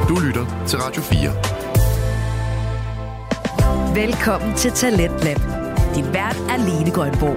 Du lytter til Radio 4. Velkommen til Talentlab. Din vært er Line Grønborg.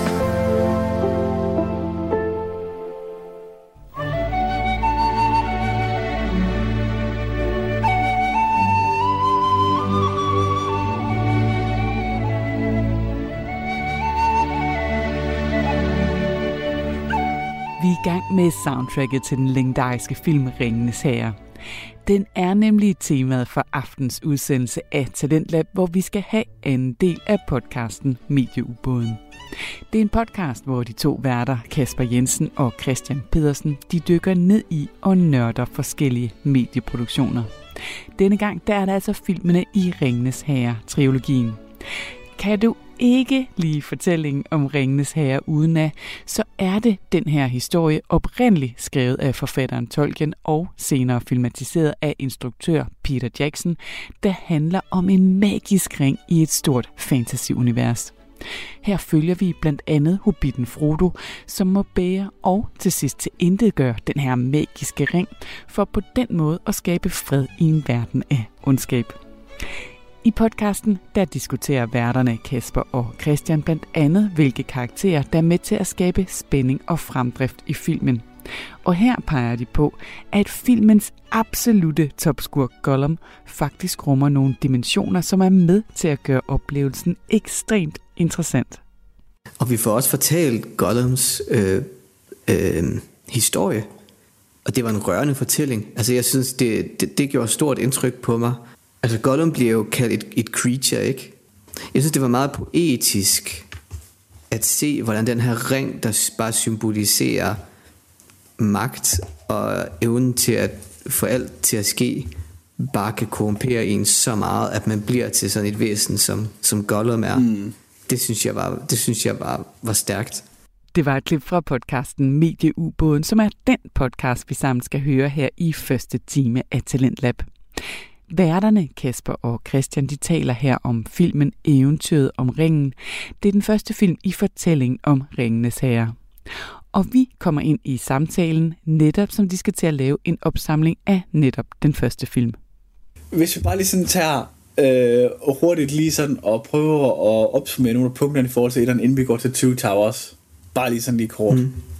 Vi er i gang med soundtracket til den legendariske film Ringenes Herre. Den er nemlig temaet for aftens udsendelse af Talentlab, hvor vi skal have anden del af podcasten Medieubåden. Det er en podcast, hvor de to værter, Kasper Jensen og Christian Pedersen, de dykker ned i og nørder forskellige medieproduktioner. Denne gang der er det altså filmene i Ringenes Herre-trilogien. Kan du ikke lide fortællingen om Ringenes Herre uden af, så er det den her historie oprindeligt skrevet af forfatteren Tolkien og senere filmatiseret af instruktør Peter Jackson, der handler om en magisk ring i et stort fantasy-univers. Her følger vi blandt andet hobbiten Frodo, som må bære og til sidst tilintetgøre den her magiske ring, for på den måde at skabe fred i en verden af ondskab. I podcasten der diskuterer værterne Kasper og Christian blandt andet, hvilke karakterer der er med til at skabe spænding og fremdrift i filmen. Og her peger de på, at filmens absolute topskurk Gollum faktisk rummer nogle dimensioner, som er med til at gøre oplevelsen ekstremt interessant. Og vi får også fortalt Gollums historie, og det var en rørende fortælling. Altså jeg synes, det gjorde stort indtryk på mig. Altså Gollum bliver jo kaldt et creature, ikke? Jeg synes, det var meget poetisk at se, hvordan den her ring, der bare symboliserer magt og evnen til at få alt til at ske, bare kan korrumpere en så meget, at man bliver til sådan et væsen, som Gollum er. Det synes jeg var stærkt. Det var et klip fra podcasten Medieubåden, som er den podcast, vi sammen skal høre her i første time af Talentlab. Værterne Kasper og Christian, de taler her om filmen Eventyret om ringen. Det er den første film i fortællingen om Ringenes Herre. Og vi kommer ind i samtalen netop som de skal til at lave en opsamling af netop den første film. Hvis vi bare lige sådan tager hurtigt lige sådan og prøver at opsummere nogle af punkterne i forhold til etteren, inden vi går til Two Towers. Bare lige sådan lige kort.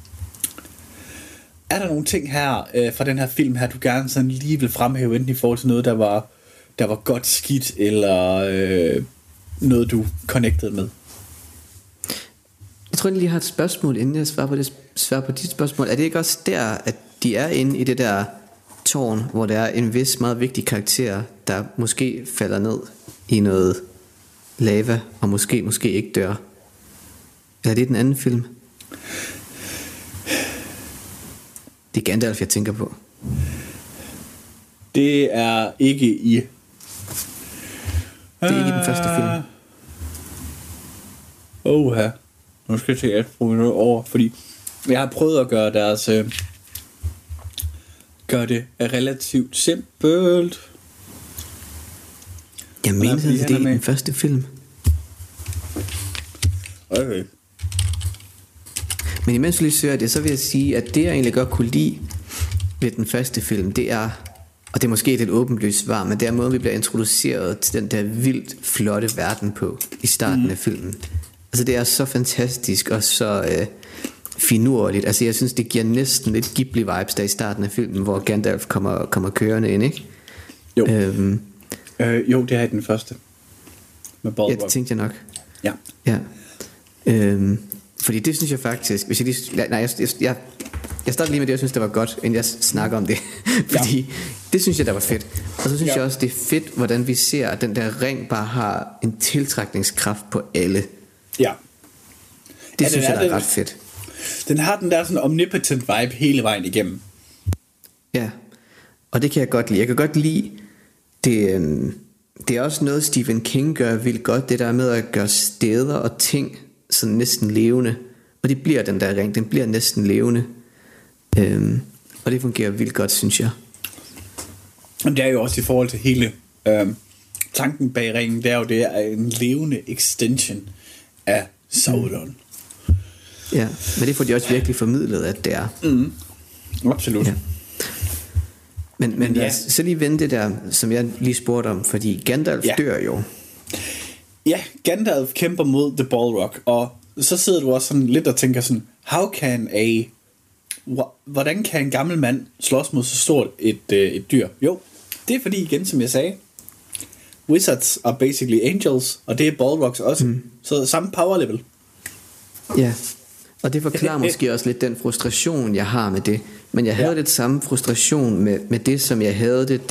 Er der nogle ting her fra den her film her, du gerne sådan lige vil fremhæve, enten i forhold til noget, der var godt skidt, eller noget, du connected med? Jeg tror, jeg lige har et spørgsmål, inden jeg svarer på dit spørgsmål. Er det ikke også der, at de er inde i det der tårn, hvor der er en vis meget vigtig karakter, der måske falder ned i noget lava, og måske ikke dør? Eller er det den anden film? Det er Gandalf, jeg tænker på. Det er ikke i... Det er ikke i den første film. Oha. Nu skal jeg se, at jeg prøver noget over, fordi jeg har prøvet at gøre deres... Gør det relativt simpelt. Jeg mener, det er i den første film. Okay. Men imens du lige søger det, så vil jeg sige, at det jeg egentlig godt kunne lide ved den første film, det er, og det er måske et åbenlyst svar, men det er måden, vi bliver introduceret til den der vildt flotte verden på i starten af filmen. Altså det er så fantastisk og så finurligt. Altså jeg synes, det giver næsten lidt Ghibli-vibes der i starten af filmen, hvor Gandalf kommer kørende ind, ikke? Jo. Jo, det er i den første. Med Balrog. Ja, det tænkte jeg nok. Ja. Fordi det synes jeg faktisk, hvis jeg lige, jeg starter lige med det, jeg synes det var godt, inden jeg snakker om det. Fordi det synes jeg der var fedt. Og så synes jeg også det er fedt, hvordan vi ser, at den der ring bare har en tiltrækningskraft på alle. Ja. Det synes jeg der er ret fedt. Den har den der sådan omnipotent vibe hele vejen igennem. Ja. Og det kan jeg godt lide. Jeg kan godt lide det er også noget Stephen King gør vildt godt, det der med at gøre steder og ting sådan næsten levende. Og det bliver den der ring, den bliver næsten levende. Og det fungerer vildt godt, synes jeg. Og det er jo også i forhold til hele tanken bag ringen, det er jo det er en levende extension af Sauron. Ja, men det får de også virkelig formidlet, at det er. Absolut. Ja. Men lad os så lige vende det der, som jeg lige spurgte om, fordi Gandalf dør jo. Ja, Gandalf kæmper mod The Balrog, og så sidder du også sådan lidt og tænker sådan, hvordan kan en gammel mand slås mod så stort et dyr? Jo, det er fordi igen, som jeg sagde, wizards are basically angels, og det er Balrogs også, så samme power level. Ja, og det forklarer måske også lidt den frustration, jeg har med det. Men jeg havde lidt samme frustration med det, som jeg havde det,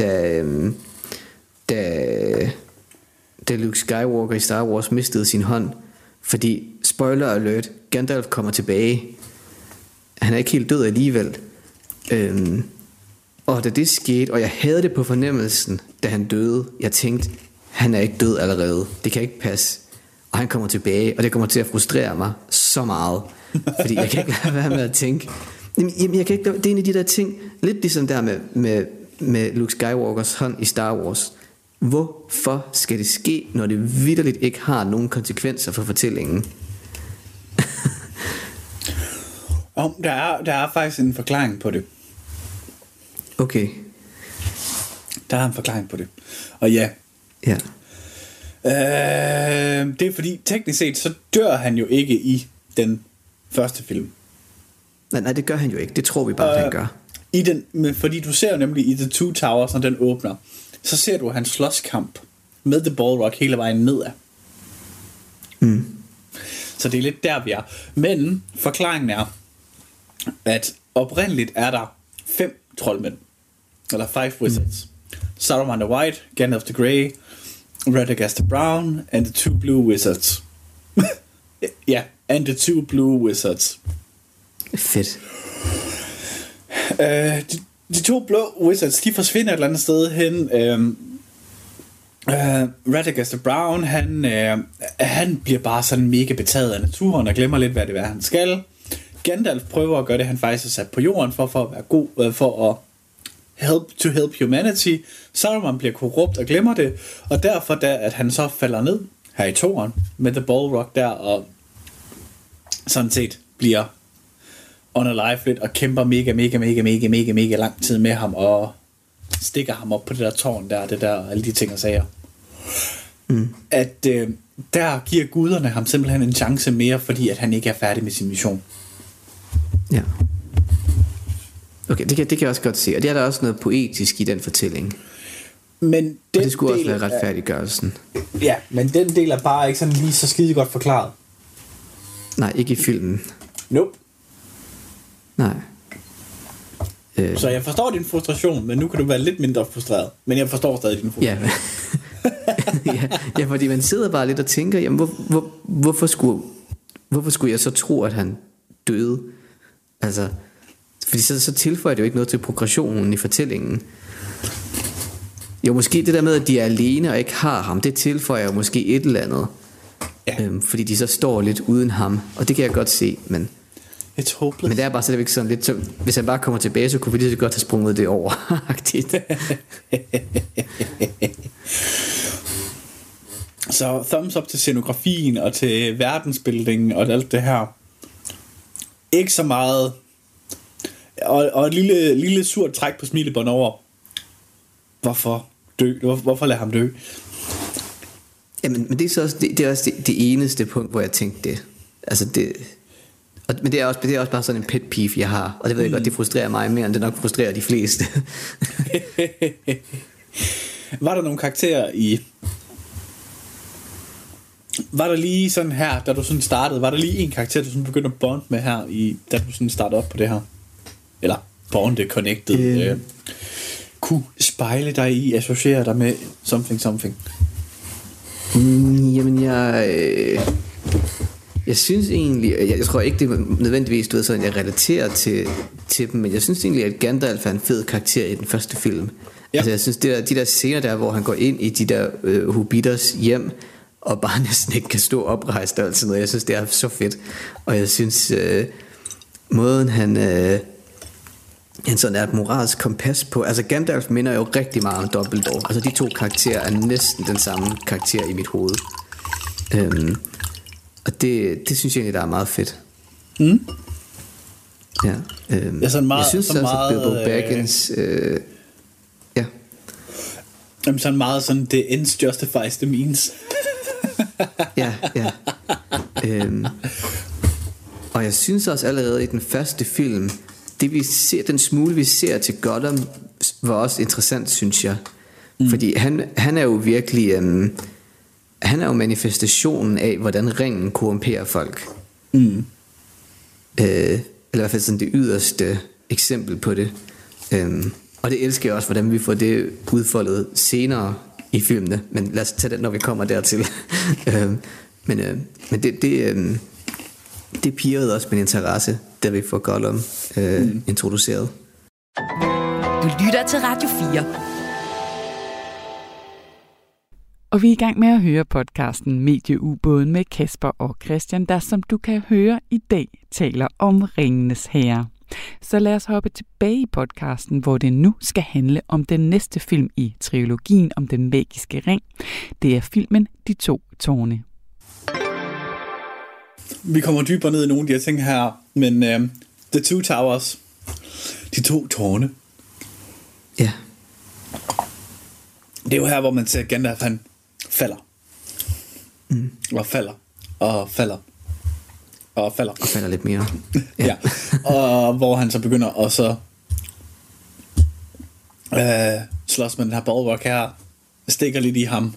da Luke Skywalker i Star Wars mistede sin hånd. Fordi, spoiler alert, Gandalf kommer tilbage. Han er ikke helt død alligevel. Og da det skete, og jeg havde det på fornemmelsen, da han døde, jeg tænkte, han er ikke død allerede. Det kan ikke passe. Og han kommer tilbage, og det kommer til at frustrere mig så meget. Fordi jeg kan ikke lade være med at tænke, jamen, jeg kan ikke, det er en af de der ting, lidt ligesom der med Luke Skywalkers hånd i Star Wars. Hvorfor skal det ske, når det vitterligt ikke har nogen konsekvenser for fortællingen? Der er faktisk en forklaring på det. Okay. Der er en forklaring på det. Og ja. Det er fordi, teknisk set, så dør han jo ikke i den første film. Nej, det gør han jo ikke. Det tror vi bare, han gør. Fordi du ser jo nemlig i The Two Towers, når den åbner, så ser du hans slåskamp med The Balrog hele vejen nedad. Så det er lidt der, vi er. Men forklaringen er, at oprindeligt er der 5 troldmænd. Eller 5 wizards. Saruman the White, Gandalf the Grey, Radagast the Brown, and the 2 blue wizards. Ja, and the 2 blue wizards. Fedt. De 2 blå wizards, de forsvinder et eller andet sted hen. Radagast the Brown, han bliver bare sådan mega betaget af naturen og glemmer lidt, hvad det er, han skal. Gandalf prøver at gøre det, han faktisk er sat på jorden for at være god, for at help humanity. Saruman bliver korrupt og glemmer det, og derfor at han så falder ned her i toren med The Balrog der, og sådan set bliver unalive lidt og kæmper mega lang tid med ham og stikker ham op på det der tårn der, det der, alle de ting og sager. At der giver guderne ham simpelthen en chance mere, fordi at han ikke er færdig med sin mission. Ja. Okay, det kan jeg også godt se. Og det er der også noget poetisk i den fortælling. Men det skulle også være retfærdiggørelsen. Ja, men den del er bare ikke sådan lige så skide godt forklaret. Nej, ikke i filmen. Nope. Nej. Så jeg forstår din frustration, men nu kan du være lidt mindre frustreret. Men jeg forstår stadig din frustration. Ja, fordi man sidder bare lidt og tænker, jamen, hvorfor skulle jeg så tro, at han døde? Altså, fordi så tilføjer det jo ikke noget til progressionen i fortællingen. Jo, måske det der med, at de er alene og ikke har ham, det tilføjer jo måske et eller andet. Ja. Fordi de så står lidt uden ham, og det kan jeg godt se, men det er bare stadigvæk sådan lidt, så hvis han bare kommer tilbage, så kunne vi lige så godt have sprunget det over. Så thumbs up til scenografien og til verdensbildningen og alt det her. Ikke så meget. Og et lille surt træk på smilebånd over. Hvorfor dø? Hvorfor lade ham dø? Jamen, men det er så også det er også det eneste punkt, hvor jeg tænkte det. Altså det. Men det er også bare sådan en pet peeve, jeg har. Og det ved jeg godt, det frustrerer mig mere, end det nok frustrerer de fleste. Var der nogle karakterer i... Var der lige sådan her, da du sådan startede, var der lige en karakter, du sådan begyndte at bonde med her, da du sådan startede op på det her? Eller bonde, connected, kunne spejle dig i, associere dig med something? Jamen, jeg synes egentlig, jeg tror ikke, det er nødvendigvis, du ved, sådan, jeg relaterer til dem, men jeg synes egentlig, at Gandalf er en fed karakter i den første film. Ja. Altså, jeg synes, de der scener der, hvor han går ind i de der hobbiters hjem, og bare næsten ikke kan stå oprejst og sådan noget, jeg synes, det er så fedt. Og jeg synes, måden han sådan er et moralsk kompas på, altså Gandalf minder jo rigtig meget om Dumbledore. Altså de to karakterer er næsten den samme karakter i mit hoved. Og det synes jeg egentlig, der er meget fedt. Ja, sådan meget, jeg synes så også, meget, at Bilbo Baggins Jamen sådan meget sådan, the ends justifies the means. Ja. Og jeg synes også allerede i den første film, det vi ser, den smule vi ser til Gollum, var også interessant, synes jeg. Fordi han er jo virkelig han er jo manifestationen af, hvordan ringen korrumperer folk. Eller i hvert fald sådan det yderste eksempel på det. Og det elsker jeg også, hvordan vi får det udfoldet senere i filmene. Men lad os tage det, når vi kommer dertil. Men det pirrede også min interesse, da vi får Gollum introduceret. Du lytter til Radio 4. Og vi er i gang med at høre podcasten Medieubåden med Kasper og Christian, der som du kan høre i dag taler om Ringenes Herre. Så lad os hoppe tilbage i podcasten, hvor det nu skal handle om den næste film i trilogien om den magiske ring. Det er filmen De to tårne. Vi kommer dybere ned i nogle af de her ting her, men The Two Towers, de to tårne. Ja. Det er jo her, hvor man ser Gandalf, han falder. Og falder. Og falder. Og falder. Og falder lidt mere. Ja. Og hvor han så begynder at så slås med den her bulwark her, stikker lidt i ham.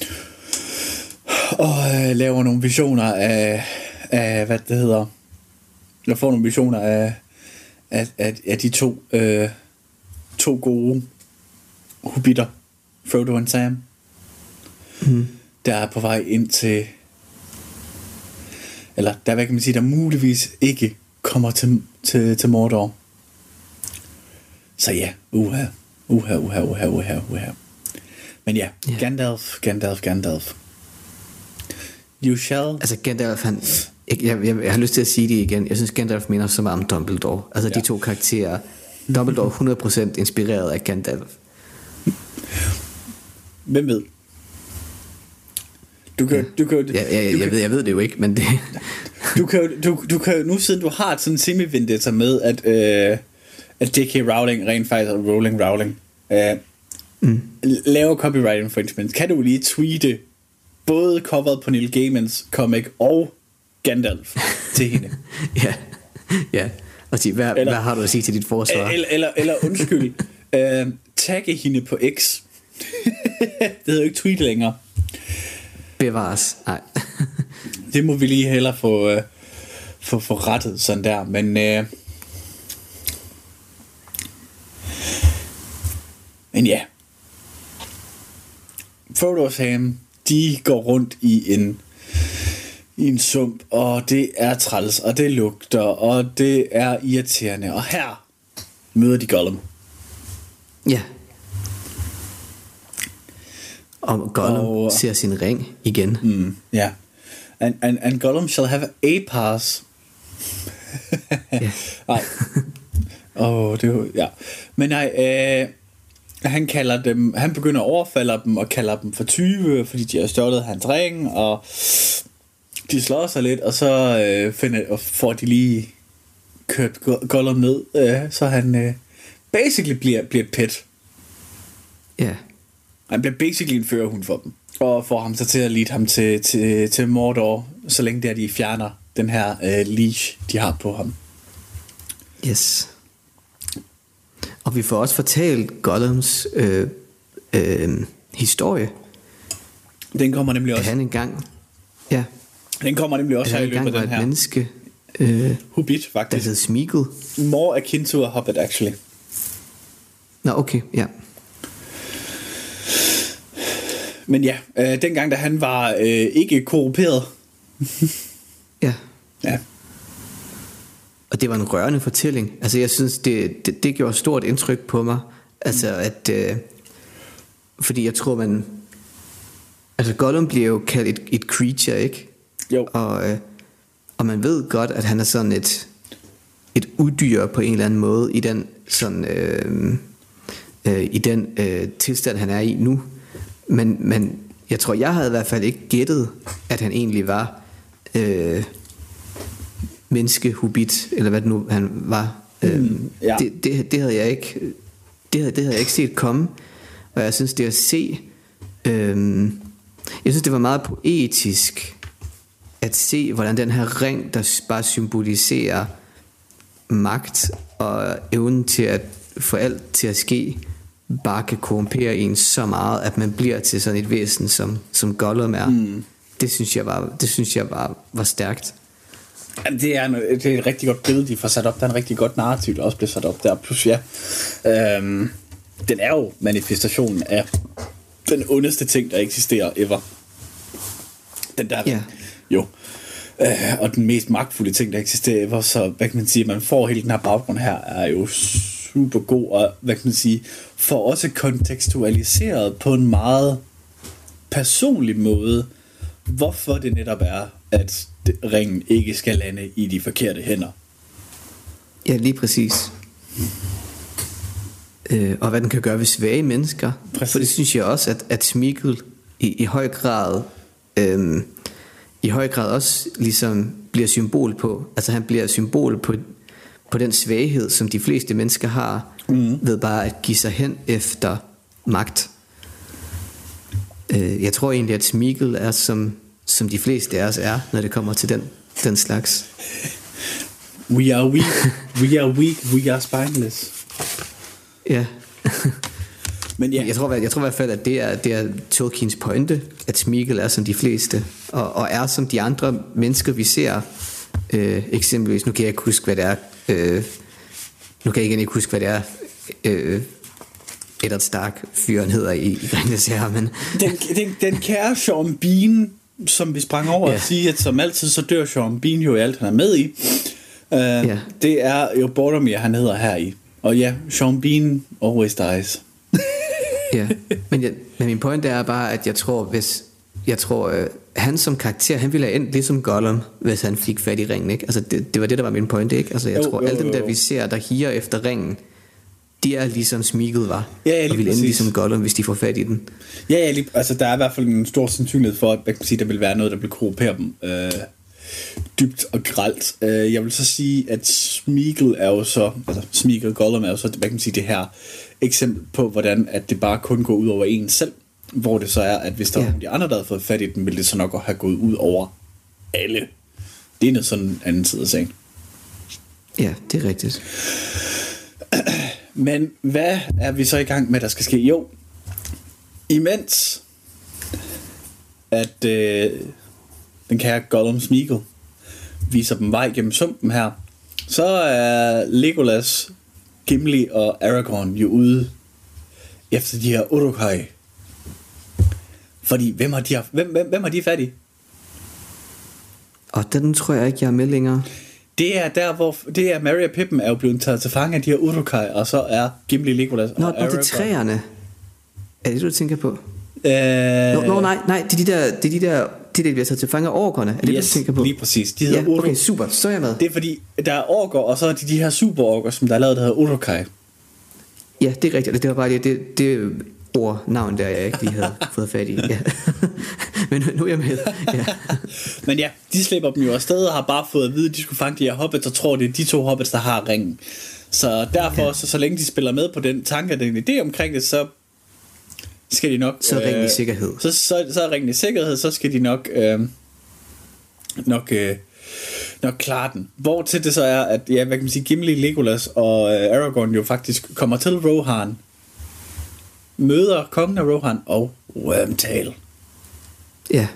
Og laver nogle visioner af hvad det hedder. Jeg får nogle visioner af de to gode hobitter, Frodo og Sam, der er på vej ind til, eller der, hvad kan man sige, der muligvis ikke kommer til Mordor. Så ja, uha. Men ja, Gandalf. You shall. Altså Gandalf, jeg har lyst til at sige det igen. Jeg synes Gandalf minder så meget om Dumbledore. Altså de to karakterer. Dumbledore 100% inspireret af Gandalf. Hvem ved? Jeg ved det jo ikke, men det. du kan nu, siden du har sådan en semi-vendetta med at J.K. Rowling rent faktisk er Rowling laver copyright infringement, kan du lige tweete både coveret på Neil Gaimans comic og Gandalf til hende. Ja. Og sige, hvad har du at sige til dit forsvar? Eller undskyld, tagge hende på X. Det hedder jo ikke tweet længere. Bevares. Nej. Det må vi lige hellere få rettet sådan der. Men ja, Frodo og Sam, de går rundt i en sump, og det er træls, og det lugter, og det er irriterende. Og her møder de Gollum. Ja. Og Gollum ser sin ring igen. Ja. And Gollum shall have a pass. Nej. Det er ja. Men nej, han begynder at overfalde dem og kalder dem for 20, fordi de har stjålet hans ring, og de slår sig lidt, og så får de lige kørt Gollum ned, så han basically bliver pet. Ja. Han bliver basically en førerhund for dem, og får ham så til at lede ham til Mordor, så længe det er, de fjerner den her leash, de har på ham. Yes. Og vi får også fortalt Gollums historie. Den kommer nemlig også. Han engang. Ja. Den kommer nemlig også her i løbet af den her. Et menneske. Hobbit, faktisk. Der hed Smeagol. More akin to a hobbit, actually. Nå, okay, ja. Men ja, dengang da han var ikke korrumperet. Ja. Ja. Og det var en rørende fortælling. Altså jeg synes det gjorde stort indtryk på mig. Altså at fordi jeg tror altså Gollum bliver jo kaldt et creature, ikke? Jo. Og man ved godt at han er sådan et udyr på en eller anden måde i den sådan i den tilstand han er i nu. Men jeg tror jeg havde i hvert fald ikke gættet at han egentlig var menneske-hobbit, eller hvad det nu han var. Ja. Det havde jeg ikke set komme. Og jeg synes, det at se... jeg synes, det var meget poetisk at se, hvordan den her ring, der bare symboliserer magt og evnen til at få alt til at ske, bare kan korrumpere en så meget, at man bliver til sådan et væsen, som Gollum er. Det synes jeg var stærkt. Det er et rigtig godt billede, de får sat op. Der er en rigtig godt narrativ, der også bliver sat op der. Plus den er jo manifestationen af den ondeste ting, der eksisterer ever. Den der jo. Og den mest magtfulde ting, der eksisterer ever. Så hvad kan man sige, man får hele den her baggrund her, er jo super god. Og hvad kan man sige, får også kontekstualiseret på en meget personlig måde, hvorfor det netop er, at ringen ikke skal lande i de forkerte hænder. Ja, lige præcis. Og hvad den kan gøre ved svage mennesker. Præcis. For det synes jeg også, at Smeagol i høj grad også ligesom bliver symbol på. Altså han bliver symbol på den svaghed, som de fleste mennesker har, ved bare at give sig hen efter magt. Jeg tror egentlig, at Smeagol er som de fleste af os er, når det kommer til den slags. We are weak, we are spineless. Ja. Men ja. Jeg tror i hvert fald, at det er Tolkiens pointe, at Smeagol er som de fleste, og er som de andre mennesker, vi ser. Eksempelvis, nu kan jeg ikke huske, hvad det er. Eddard Stark fyren hedder i Ringenes Herre, men den kære Sean Bean, som vi sprang over at sige, at som altid så dør Sean Bean jo i alt han er med i. Det er jo Boromir, han hedder her i. Og ja, Sean Bean always dies. Ja, men min pointe er bare, at jeg tror han som karakter, han ville have endt ligesom Gollum, hvis han fik fat i ringen, ikke? Altså det var det, der var min pointe, ikke? Altså jeg tror alle dem der vi ser, der higer efter ringen, de er ligesom Smeagol var, og vil ende ligesom Gollum, hvis de får fat i den. Ja, altså der er i hvert fald en stor sandsynlighed for, at jeg kan sige, der vil være noget, der vil korrupere dem dybt og grelt. Jeg vil så sige, at Smeagol Gollum er jo så, hvad kan man sige, det her eksempel på, hvordan at det bare kun går ud over en selv, hvor det så er, at hvis der var de andre, der havde fået fat i den, ville det så nok have gået ud over alle. Det er noget sådan en anden side af sagen. Ja, det er rigtigt. Men hvad er vi så i gang med, der skal ske? Jo, imens at den kære Gollum Smeagol viser dem vej gennem sumpen her, så er Legolas, Gimli og Aragorn jo ude efter de her Uruk-hai. Fordi hvem har de fat i? Og den tror jeg ikke, jeg er med længere. Det er der, hvor det er Merry og Pippin er jo blevet taget til fange af de her Uruk-hai, og så er Gimli, Legolas og Aragorn. Nå, det er træerne. Er det du tænker på? Nej, det er de der de bliver taget til fange af orkerne. Er det du tænker på? Lige præcis. De hedder Uruk. Okay, super. Så er jeg med. Det er fordi der er orker, og så er de her super-orker, som der er lavet, der hedder Uruk-hai. Ja, det er rigtigt. Det var bare det ordnavn der, jeg ikke lige havde fået fat i. Ja. Men nu er jeg med. Ja. Men ja, de slipper dem jo afsted og har bare fået at vide, at de skulle fange de her hobbits, og tror, det er de 2 hobbits, der har ringen. Så derfor, så længe de spiller med på den tanke, den idé omkring det, så skal de nok... Så er ringen i sikkerhed. Så er ringen i sikkerhed, så skal de nok klare den. Hvor til det så er, at ja, hvad kan man sige, Gimli, Legolas og Aragorn jo faktisk kommer til Rohan, møder kongen af Rohan og Wormtail. Ja.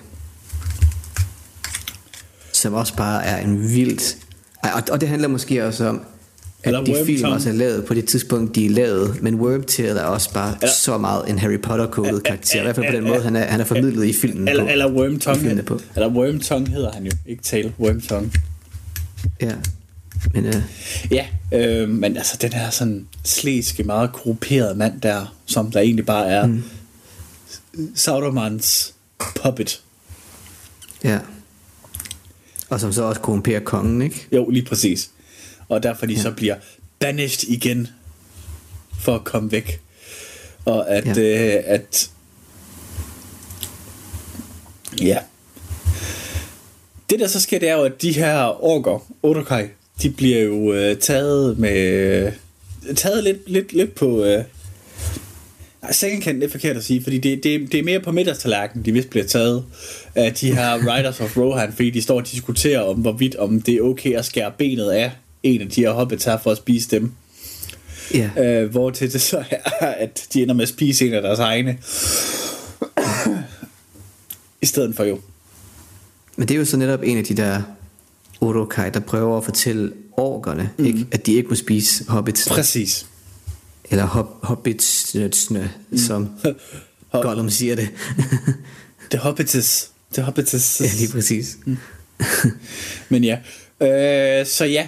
Som også bare er en vildt... Og det handler måske også om, at de film også er lavet på det tidspunkt, de er lavet. Men Wormtail er også bare så meget en Harry Potter-kodet karakter. I hvert fald på den måde, han er formidlet i filmen. Eller Wormtongue. Eller Wormtongue hedder han jo. Ikke Tail, Wormtongue. Ja. Men, men altså den her sådan slæske, meget korrumperede mand der, som der egentlig bare er Saurons puppet. Ja. Og som så også korrumperer kongen, ikke? Jo, lige præcis. Og derfor de så bliver banished igen for at komme væk. Og at det der så sker, det er jo, at de her orker, Uruk-hai, de bliver jo taget lidt på Second Ken, det er forkert at sige, fordi det er mere på middagstallerkenen, de vist bliver taget af de her Riders of Rohan, fordi de står og diskuterer om, hvorvidt om det er okay at skære benet af en af de her hobbits her for at spise dem. Ja. Hvor til det så er, at de ender med at spise en af deres egne. I stedet for jo. Men det er jo så netop en af de der Uruk-hai, der prøver at fortælle orkerne, ikke? At de ikke må spise hobbits. Præcis. Eller hobbitsnø, som Gollum siger det. Det hobbites. Ja, lige præcis. Men ja. Så ja.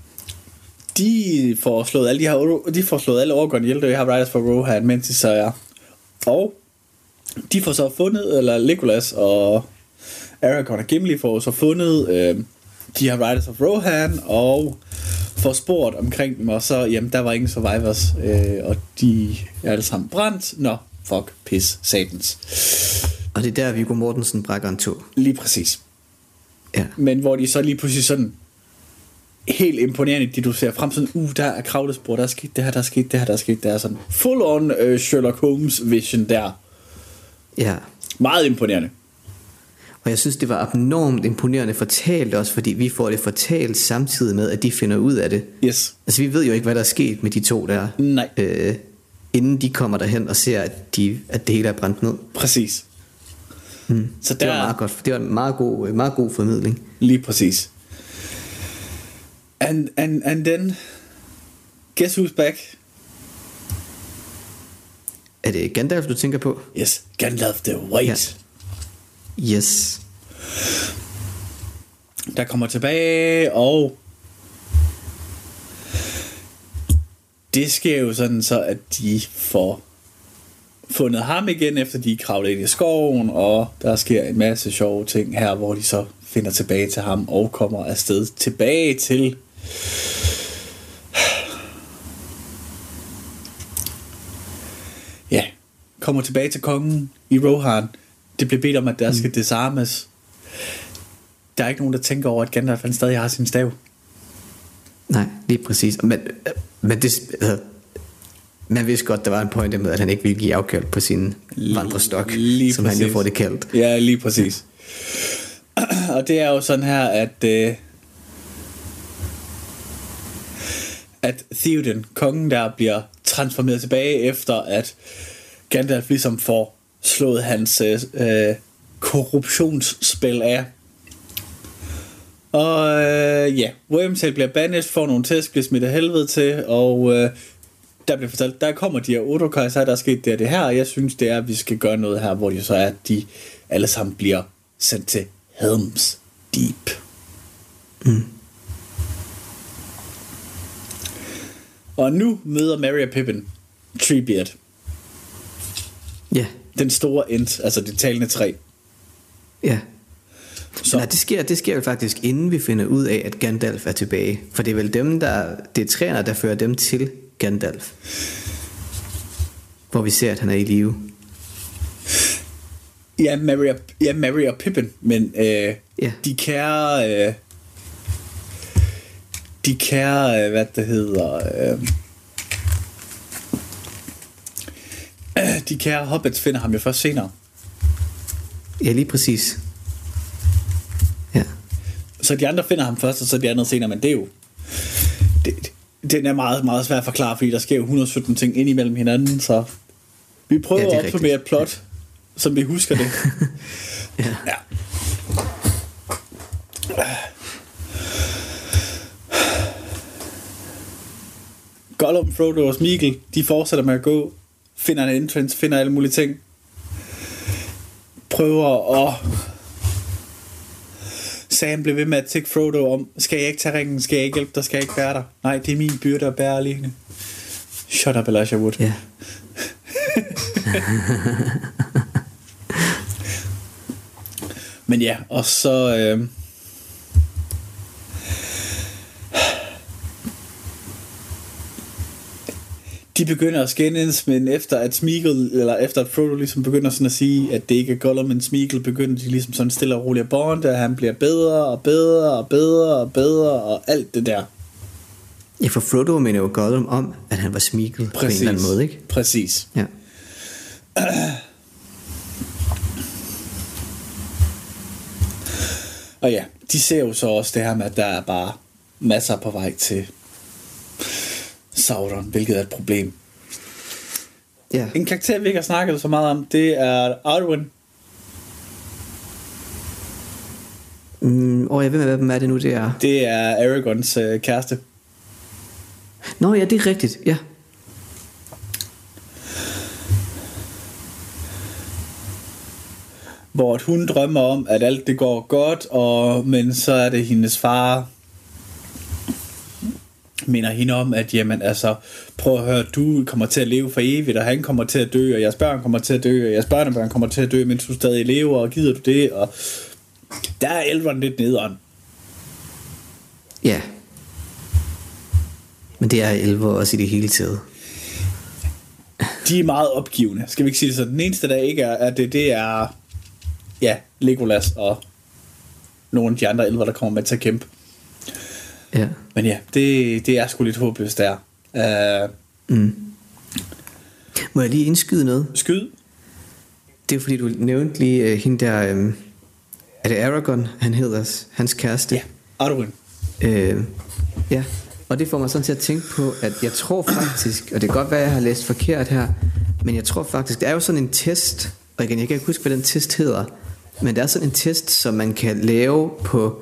De får slået alle orkerne ihjel, det har Riders for Rohan, mens de så er. Og de får så fundet, eller Legolas og Aragorn og Gimli får så fundet de her Riders of Rohan, og får spurgt omkring dem, og så, jamen, der var ingen survivors, og de er alle sammen brændt. Nå, fuck, pis, satans. Og det er der, Viggo Mortensen brækker en tog. Lige præcis. Ja. Men hvor de så lige pludselig sådan, helt imponerende, de du ser frem sådan, der er kravlespor, der er sket det her, der er sket det her, der er sket, der er sådan full on Sherlock Holmes vision der. Ja. Meget imponerende. Og jeg synes, det var abnormt imponerende fortalt også, fordi vi får det fortalt samtidig med, at de finder ud af det. Yes. Altså, vi ved jo ikke, hvad der er sket med de to der. Nej. Inden de kommer derhen og ser, at det hele er brændt ned. Præcis. Så det var meget godt. Det var en meget god formidling. Lige præcis. And then, guess who's back? Er det Gandalf, du tænker på? Yes, Gandalf the White. Ja. Yes. Der kommer tilbage, og det sker jo sådan så, at de får fundet ham igen, efter de kravlede ind i skoven, og der sker en masse sjove ting her, hvor de så finder tilbage til ham, og kommer afsted tilbage til kommer tilbage til kongen i Rohan. Det bliver bedt om, at der skal desarmes. Der er ikke nogen, der tænker over, at Gandalf han stadig har sin stav. Nej, lige præcis. Men det, man vidste godt, der var en pointe med, at han ikke ville give afkald på sin vandrestok, som præcis. Han jo får det kaldt. Ja, lige præcis. Og det er jo sådan her, at Theoden, kongen der, bliver transformeret tilbage, efter at Gandalf ligesom får slået hans korruptionsspil af. Og Wormtail bliver banished, får nogle tæsk, bliver smidt af helvede til, og der bliver fortalt, der kommer de her Uruk-hai, så der er sket det her, og jeg synes det er, at vi skal gøre noget her, hvor de så er, at de alle sammen bliver sendt til Helm's Deep. Og nu møder Merry og Pippin Treebeard. Ja. Den store ent, altså det talende træ. Ja. Så. Nej, det sker jo faktisk, inden vi finder ud af, at Gandalf er tilbage. For det er vel det er træerne, der fører dem til Gandalf. Hvor vi ser, at han er i live. Ja, Merry og Pippin, men de kære... hvad det hedder... de kære hobbits finder ham jo først senere. Ja, lige præcis. Ja. Så de andre finder ham først, og så de andre senere, men det er jo... Den er meget, meget svær at forklare, fordi der sker jo 117 ting ind imellem hinanden, så... Vi prøver at opsummere et plot, som vi husker det. Ja. Gollum, Frodo og Smeagol, de fortsætter med at gå, finder en entrance, finder alle mulige ting, prøver at... Sam blev ved med at tække Frodo om, skal jeg ikke tage ringen, skal jeg ikke hjælpe dig, skal jeg ikke bære dig? Nej, det er min byrde at bære alene. Shut up, Elijah Wood. Ja. Men ja, og så... de begynder at skændes, men efter at Smeagol, eller efter at Frodo ligesom begynder sådan at sige, at det ikke er Gollum, men Smeagol, begynder de ligesom sådan stille og roligt at bonde, og han bliver bedre og bedre og bedre og bedre og alt det der. Ja, for Frodo mener jo Gollum om, at han var Smeagol på en eller anden måde, ikke? Præcis. Ja. Og ja, de ser jo så også det her med, at der er bare masser på vej til Sauron, hvilket er et problem. Ja. En karakter, vi ikke har snakket så meget om, det er Arwen. Jeg ved med, hvem er det nu, det er? Det er Aragorns kæreste. Nå ja, det er rigtigt, ja. Hvor hun drømmer om, at alt det går godt, men så er det hendes far minder hende om, at jamen altså, prøv at høre, du kommer til at leve for evigt, og han kommer til at dø, og jeres børn kommer til at dø, og jeres børnebørn kommer til at dø, mens du stadig lever, og gider du det, og der er elveren lidt nederen. Ja. Men det er elver også i det hele taget. De er meget opgivende, skal vi ikke sige det så. Den eneste, der ikke er det er ja, Legolas og nogle af de andre elver, der kommer med til at kæmpe. Ja. Men ja, det er sgu lidt håbløst der. Må jeg lige indskyde noget? Skyd. Det er fordi du nævnte lige hende der. Er det Aragorn, han hedder, hans kæreste? Ja, Arwen. Ja. Og det får mig sådan til at tænke på, at jeg tror faktisk, og det kan godt være, at jeg har læst forkert her, men jeg tror faktisk, der er jo sådan en test, og igen, jeg kan ikke huske, hvad den test hedder, men der er sådan en test, som man kan lave på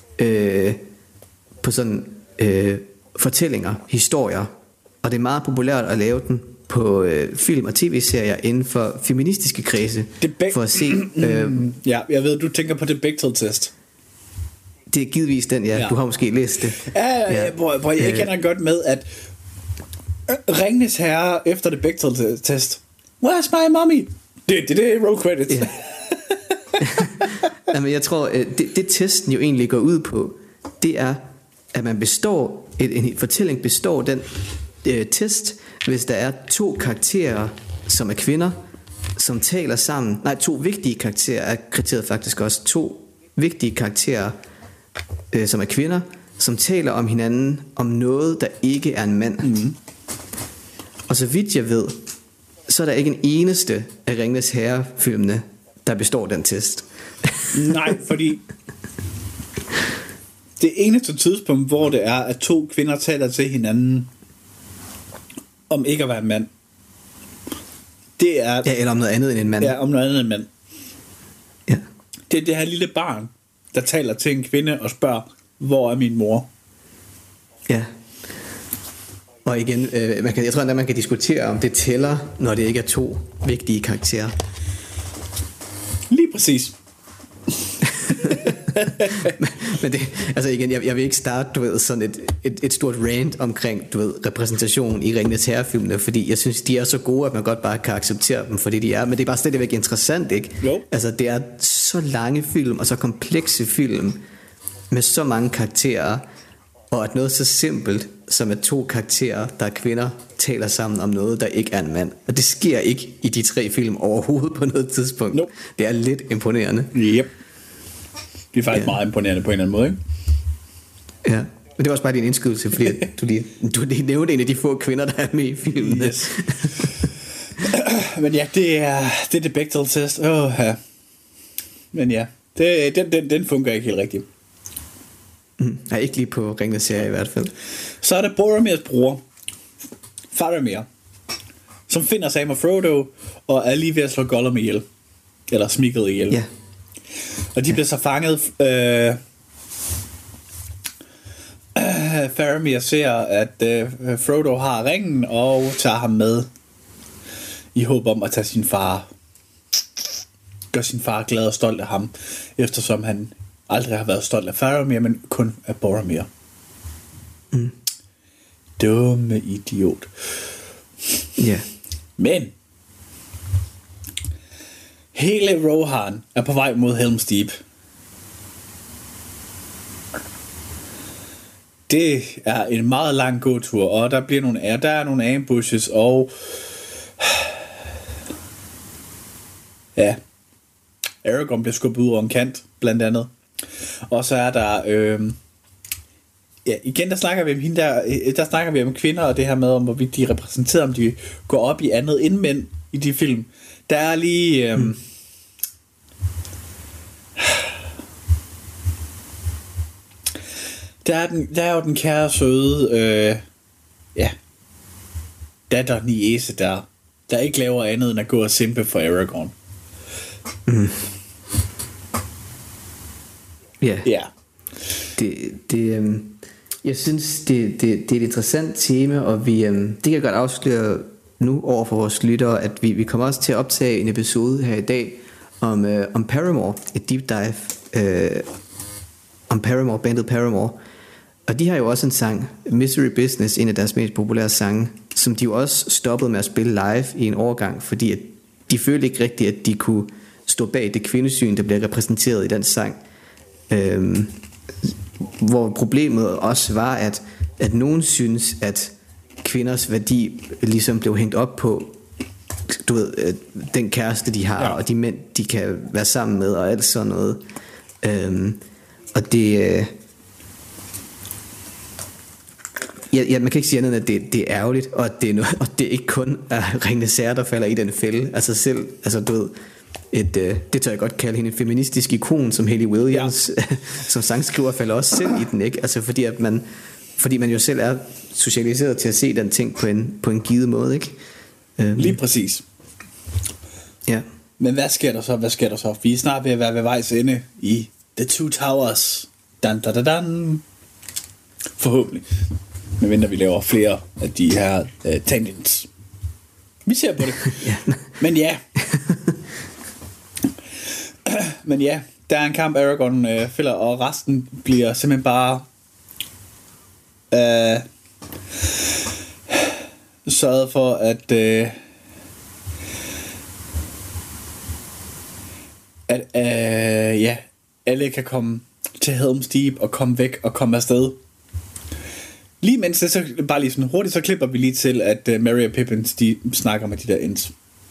sådan fortællinger, historier, og det er meget populært at lave den på film og tv-serier inden for feministiske kredse, for at se... ja, jeg ved, du tænker på det Bechdel-test. Det er givetvis den, ja. Du har måske læst det. Ja. Hvor jeg kender godt med, at Ringenes Herre efter det Bechdel-test. Where's my mommy? Det er roll credits. Ja. Jamen, jeg tror, det testen jo egentlig går ud på, det er, at man består, en fortælling består den test, hvis der er 2 karakterer, som er kvinder, som taler sammen. Nej, 2 vigtige karakterer er kriteriet faktisk også. 2 vigtige karakterer, som er kvinder, som taler om hinanden om noget, der ikke er en mand. Mm-hmm. Og så vidt jeg ved, så er der ikke en eneste af Ringenes Herre-filmene, der består den test. Nej, fordi det eneste tidspunkt, hvor det er, at 2 kvinder taler til hinanden om ikke at være en mand, det er... Ja, eller om noget andet end en mand. Ja, om noget andet end en mand. Ja. Det er det her lille barn, der taler til en kvinde og spørger, hvor er min mor? Ja. Og igen, jeg tror endda, man kan diskutere, om det tæller, når det ikke er 2 vigtige karakterer. Lige præcis. Men det, altså igen, jeg vil ikke starte, du ved, sådan et stort rant omkring, du ved, repræsentation i Ringenes Herre-filmene, fordi jeg synes, de er så gode, at man godt bare kan acceptere dem for det, de er. Men det er bare stadigvæk interessant, ikke? Jo. Altså, det er så lange film, og så komplekse film, med så mange karakterer, og at noget så simpelt, som at 2 karakterer, der er kvinder, taler sammen om noget, der ikke er en mand. Og det sker ikke i de 3 film overhovedet på noget tidspunkt. Nope. Det er lidt imponerende. Yep. Det er faktisk meget imponerende på en eller anden måde, ikke? Ja, men det var også bare din indskydelse, fordi du lige nævnte en af de få kvinder, der er med i filmen. Yes. Men ja, det er det Bechdel-test. Ja. Men ja, den fungerer ikke helt rigtigt. Nej, ikke lige på Ringenes Herre i hvert fald. Så er der Boromirs bror, Faramir, som finder Sam og Frodo, og er lige ved at slå Gollum ihjel. Eller Sméagol ihjel. Ja. Og de bliver så fanget. Faramir ser, at Frodo har ringen, og tager ham med i håb om at tage sin far. Gør sin far glad og stolt af ham, eftersom han aldrig har været stolt af Faramir, men kun af Boromir. Dumme idiot. Ja. Men hele Rohan er på vej mod Helm's Deep. Det er en meget lang gåtur, og der er nogle ambushes, og ja, Aragorn bliver skubbet ud over en kant, blandt andet. Og så er der ja, igen der snakker vi om hende der snakker vi om kvinder, og det her med om hvorvidt de repræsenterer, om de går op i andet end mænd, i de film. Der er lige... Der er jo den kære søde datter niece der ikke laver andet end at gå og simpe for Aragorn. Ja. Jeg synes det er et interessant tema, og vi det kan jeg godt afsløre nu over for vores lyttere, at vi kommer også til at optage en episode her i dag om Paramore, et deep dive om Paramore, bandet Paramore. Og de har jo også en sang, Misery Business, en af deres mest populære sange, som de jo også stoppede med at spille live i en overgang, fordi at de følte ikke rigtigt, at de kunne stå bag det kvindesyn, der bliver repræsenteret i den sang. Hvor problemet også var, at nogen synes, at kvinders værdi ligesom blev hængt op på, du ved, den kæreste de har, og de mænd de kan være sammen med, og alt sådan noget. Og det man kan ikke sige andet end, at det er ærgerligt, og det er ikke kun Ringenes Herre, der falder i den fælde. Altså selv, du ved, det tør jeg godt kalde hende en feministisk ikon, som Hayley Williams, som sangskriver, falder også selv i den, ikke? Altså fordi man jo selv er socialiseret til at se den ting på en givet måde, ikke? Lige præcis. Ja. Men hvad sker der så? Vi er snart ved at være ved vejs ende i The Two Towers. Dan, da, da, dan. Forhåbentlig. Men venter vi laver flere af de her tangents. Vi ser på det. Men ja, der er en kamp, Aragorn fælder, og resten bliver simpelthen bare sørget for, at alle kan komme til Helm's Deep og komme væk og komme afsted. Lige mens det så bare lige sådan hurtigt, så klipper vi lige til, at Merry og Pippin de snakker med de der Ents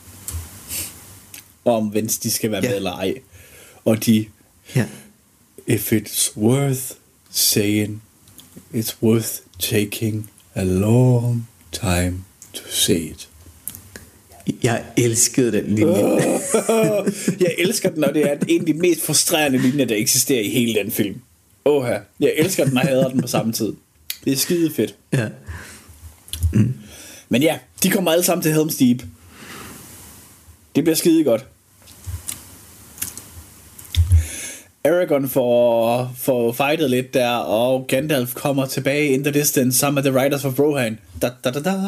om hvis de skal være med eller ej. Og de if it's worth saying, it's worth taking a long time to say it. Jeg elskede den linje. Jeg elsker den, og det er en af de mest frustrerende linjer, der eksisterer i hele den film. Jeg elsker den og hader den på samme tid. Det er skide fedt. Ja. Men ja, de kommer alle sammen til Helm's Deep. Det bliver skide godt. Aragorn får fightet lidt der, og Gandalf kommer tilbage in the distance sammen med The Riders of Rohan. Da, da, da, da.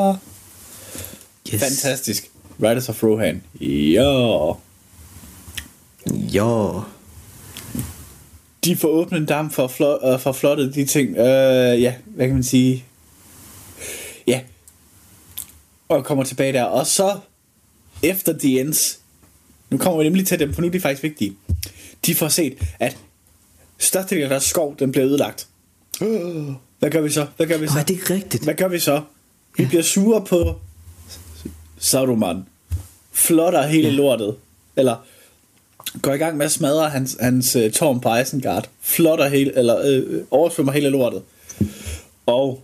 Yes. Fantastisk. Riders of Rohan. Ja. De får åbnet en dam for flottet de ting. Hvad kan man sige? Ja. Og kommer tilbage der. Og så efter The Ents, nu kommer vi nemlig til dem, for nu er de faktisk vigtige. De får set, at størstedelen af deres skov, den bliver ødelagt. Hvad gør vi så? Det er ikke rigtigt. Hvad gør vi så? Vi bliver sure på Saruman. Flotter hele lortet. Eller går i gang med at smadre hans tårn på Isengard. Flotter hele, eller oversvømmer hele lortet. Og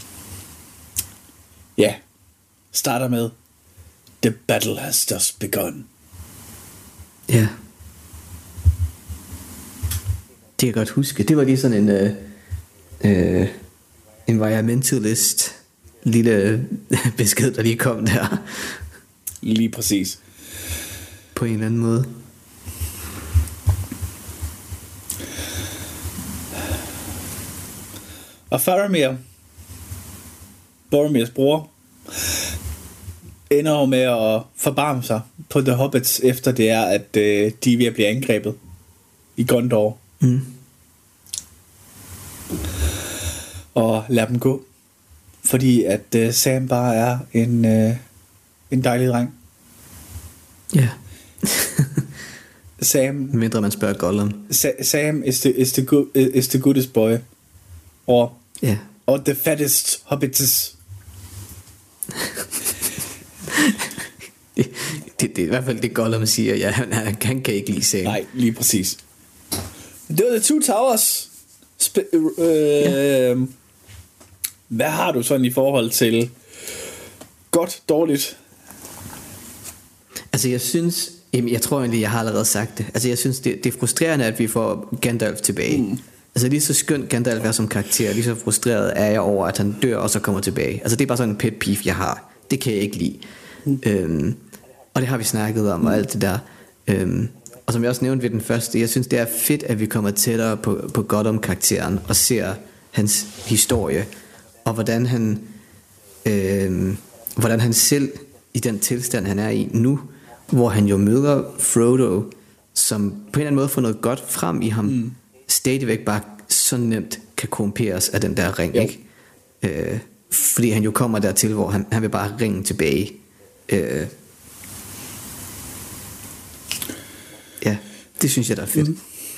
starter med The battle has just begun. Ja. Det kan jeg godt huske. Det var lige sådan en environmentalist lille besked, der lige kom der. Lige præcis. På en eller anden måde. Og Faramir, Boromirs bror, ender med at forbarme sig på The Hobbits, efter det er, at de er ved at blive angrebet i Gondor. Og lad dem gå, fordi at Sam bare er en dejlig dreng. Ja. Sam, mindre man spørger Gollum. Sam is the goodest boy. Og the fattest hobbits. det er i hvert fald det Gollum siger. Ja, han kan ikke lide Sam. Nej, lige præcis. Det var The Two Towers. Hvad har du sådan i forhold til godt, dårligt? Altså jeg synes, jeg tror egentlig, jeg har allerede sagt det. Altså jeg synes, det er frustrerende, at vi får Gandalf tilbage. Altså lige så skønt Gandalf er som karakter, lige så frustreret er jeg over, at han dør og så kommer tilbage. Altså det er bare sådan en pet peeve, jeg har. Det kan jeg ikke lide. Og det har vi snakket om og alt det der. Og som jeg også nævnte ved den første, jeg synes det er fedt, at vi kommer tættere på Gollum-karakteren og ser hans historie, og hvordan han selv i den tilstand han er i nu, hvor han jo møder Frodo, som på en eller anden måde får noget godt frem i ham, stadigvæk bare så nemt kan korrumperes af den der ring, ikke? Fordi han jo kommer dertil, hvor han vil bare ringe tilbage. Ja, det synes jeg der er fedt.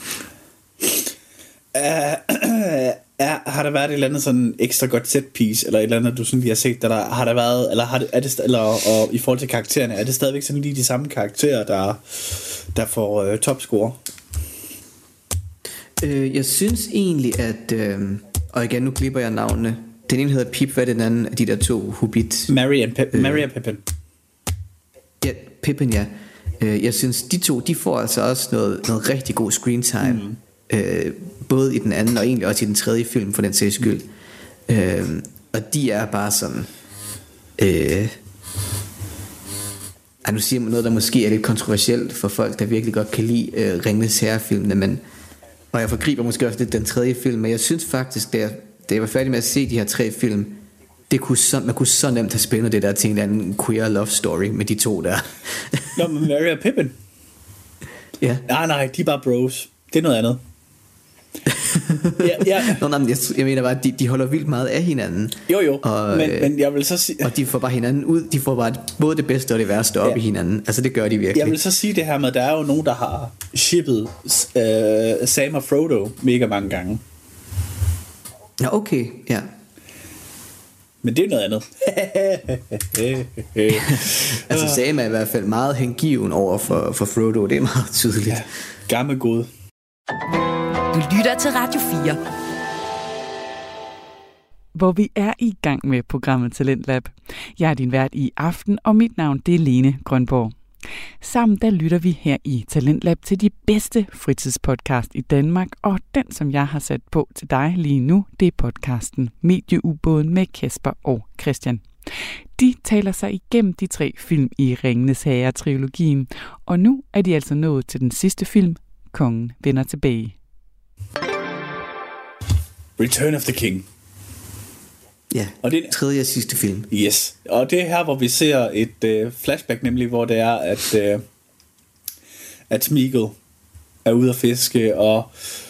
Har der været et eller andet sådan ekstra godt set piece eller et eller andet du sådan lige har set der har der været, eller og i forhold til karaktererne, er det stadigvæk sådan lige de samme karakterer der får topscore? Jeg synes egentlig at og igen nu klipper jeg navnene. Den ene hedder Pip, hvad er den anden af de der to hobbit? Merry og Pippin. Ja, Pippin, ja. Jeg synes de to, de får altså også noget rigtig god screen time. Både i den anden og egentlig også i den tredje film for den sags skyld. Og de er bare sådan nu siger man noget der måske er lidt kontroversielt for folk der virkelig godt kan lide Ringenes Herre-filmene, men og jeg forgriber måske også lidt den tredje film, men jeg synes faktisk da jeg var færdig med at se de her 3 film, man kunne så nemt have spændet det der til en eller anden queer love story med de to der. Nå, men Merry og Pippin. Ja. Nej, de er bare bros. Det er noget andet. Ja. Nå, men jeg mener bare at de holder vildt meget af hinanden. Jo, og, men jeg vil så sige, og de får bare hinanden ud. De får bare både det bedste og det værste op i hinanden. Altså det gør de virkelig. Jeg vil så sige det her med at der er jo nogen der har shippet Sam og Frodo mega mange gange. Ja, okay, ja. Men det er noget andet. Altså Sam er i hvert fald meget hengiven over for Frodo. Det er meget tydeligt. Ja, gammel god. Du lytter til Radio 4. Hvor vi er i gang med programmet Talentlab. Jeg er din vært i aften, og mit navn det er Lene Grønborg. Sammen der lytter vi her i Talentlab til de bedste fritidspodcast i Danmark, og den som jeg har sat på til dig lige nu, det er podcasten Medieubåden med Kasper og Christian. De taler sig igennem de 3 film i Ringenes Herre-trilogien, og nu er de altså nået til den sidste film, Kongen vender tilbage. Return of the King. Ja, og det er tredje og sidste film. Yes, og det er her hvor vi ser et flashback, nemlig hvor det er at Smeagol er ude at fiske og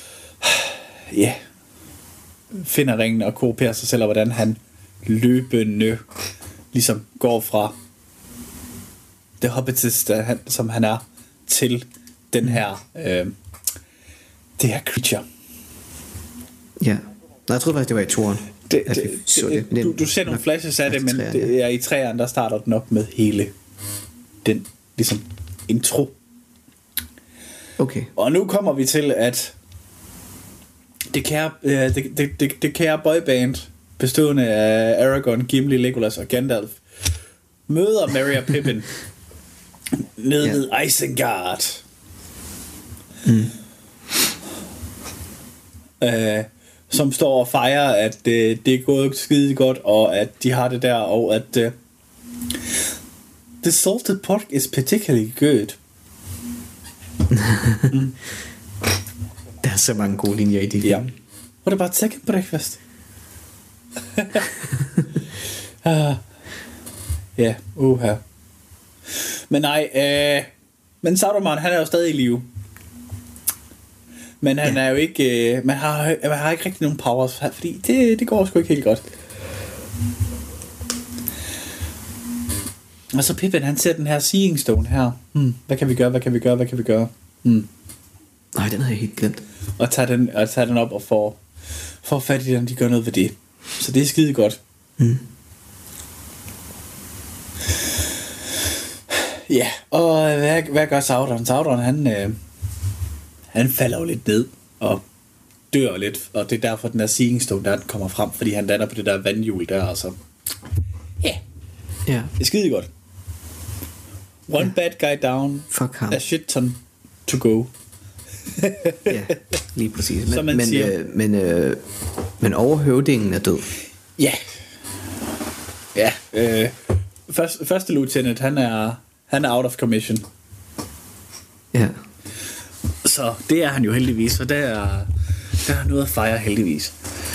finder ringen og kooperer sig selv, og hvordan han løbende ligesom går fra det hobbitist som han er til den her det her creature. Ja. Nej, jeg troede faktisk det var i toren. Du ser nogle flashes af det, men det er i 3'eren, der starter den op med hele den ligesom intro. Okay. Og nu kommer vi til at det kære boyband bestående af Aragorn, Gimli, Legolas og Gandalf møder Merry og Pippin nede ved Isengard. Som står og fejrer at det er gået skide godt, og at de har det der, og at the salted pork is particularly good. Der er så mange gode linjer i det. Ja. What about second breakfast? Ja, uha. Men nej, men Saruman, han er jo stadig i live. Men han er jo ikke, man har ikke rigtig nogen powers, fordi det går sgu ikke helt godt. Og så Pippin, han ser den her Seeing Stone her. Hvad kan vi gøre? Nej, den har jeg helt glemt. Og tager den op og får fat i den, de gør noget ved det. Så det er skide godt. Ja, og hvad gør Sauron? Sauron, han falder jo lidt ned og dør lidt, og det er derfor den der Seeing Stone der den kommer frem, fordi han lander på det der vandhjul der, og så det er skide godt. One bad guy down. Fuck ham. A shit ton to go. Ja, lige præcis. Som man siger. Men overhøvdingen er død. Ja. Ja. Første lieutenant, han er out of commission. Ja. Så det er han jo heldigvis. Så der er noget at fejre heldigvis.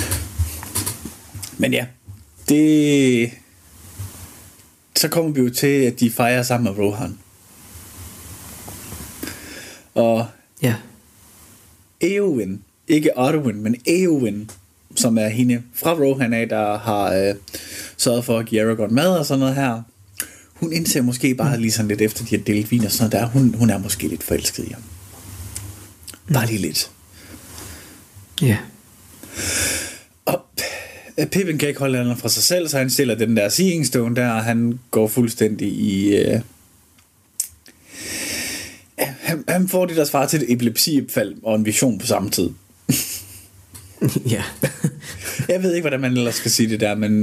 Men ja, det... Så kommer vi jo til, at de fejrer sammen med Rohan. Og ja. Eowyn, ikke Arwen, men Eowyn, som er hende fra Rohan af, der har sørget for at give Aragorn mad og sådan noget her. Hun indser måske bare lige sådan lidt efter de har delt vin og sådan noget der. Hun er måske lidt forelsket i ham. Bare lige lidt. Ja. Og Pippin kan ikke holde andet fra sig selv, så han stiller den der Seeing Stone der, og han går fuldstændig i... Han får det der svar til et epilepsiopfald og en vision på samme tid. Ja. Jeg ved ikke, hvordan man ellers skal sige det der, men...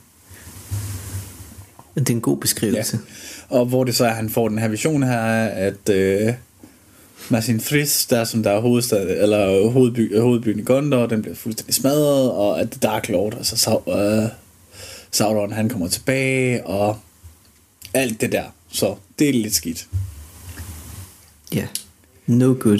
Det er en god beskrivelse. Ja. Og hvor det så er, han får den her vision her, at Martin Thris, der som der er hovedbyen i Gondor, den bliver fuldstændig smadret, og at The Dark Lord, altså Sauron, han kommer tilbage, og alt det der. Så det er lidt skidt. Ja, yeah. No good.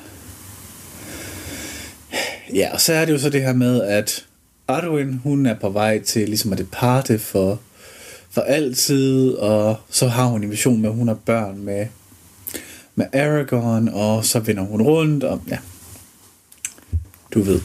Ja, og så er det jo så det her med, at Arwen, hun er på vej til ligesom at departe for altid, og så har hun en vision med, at hun har børn med Aragorn, og så vender hun rundt, og ja, du ved.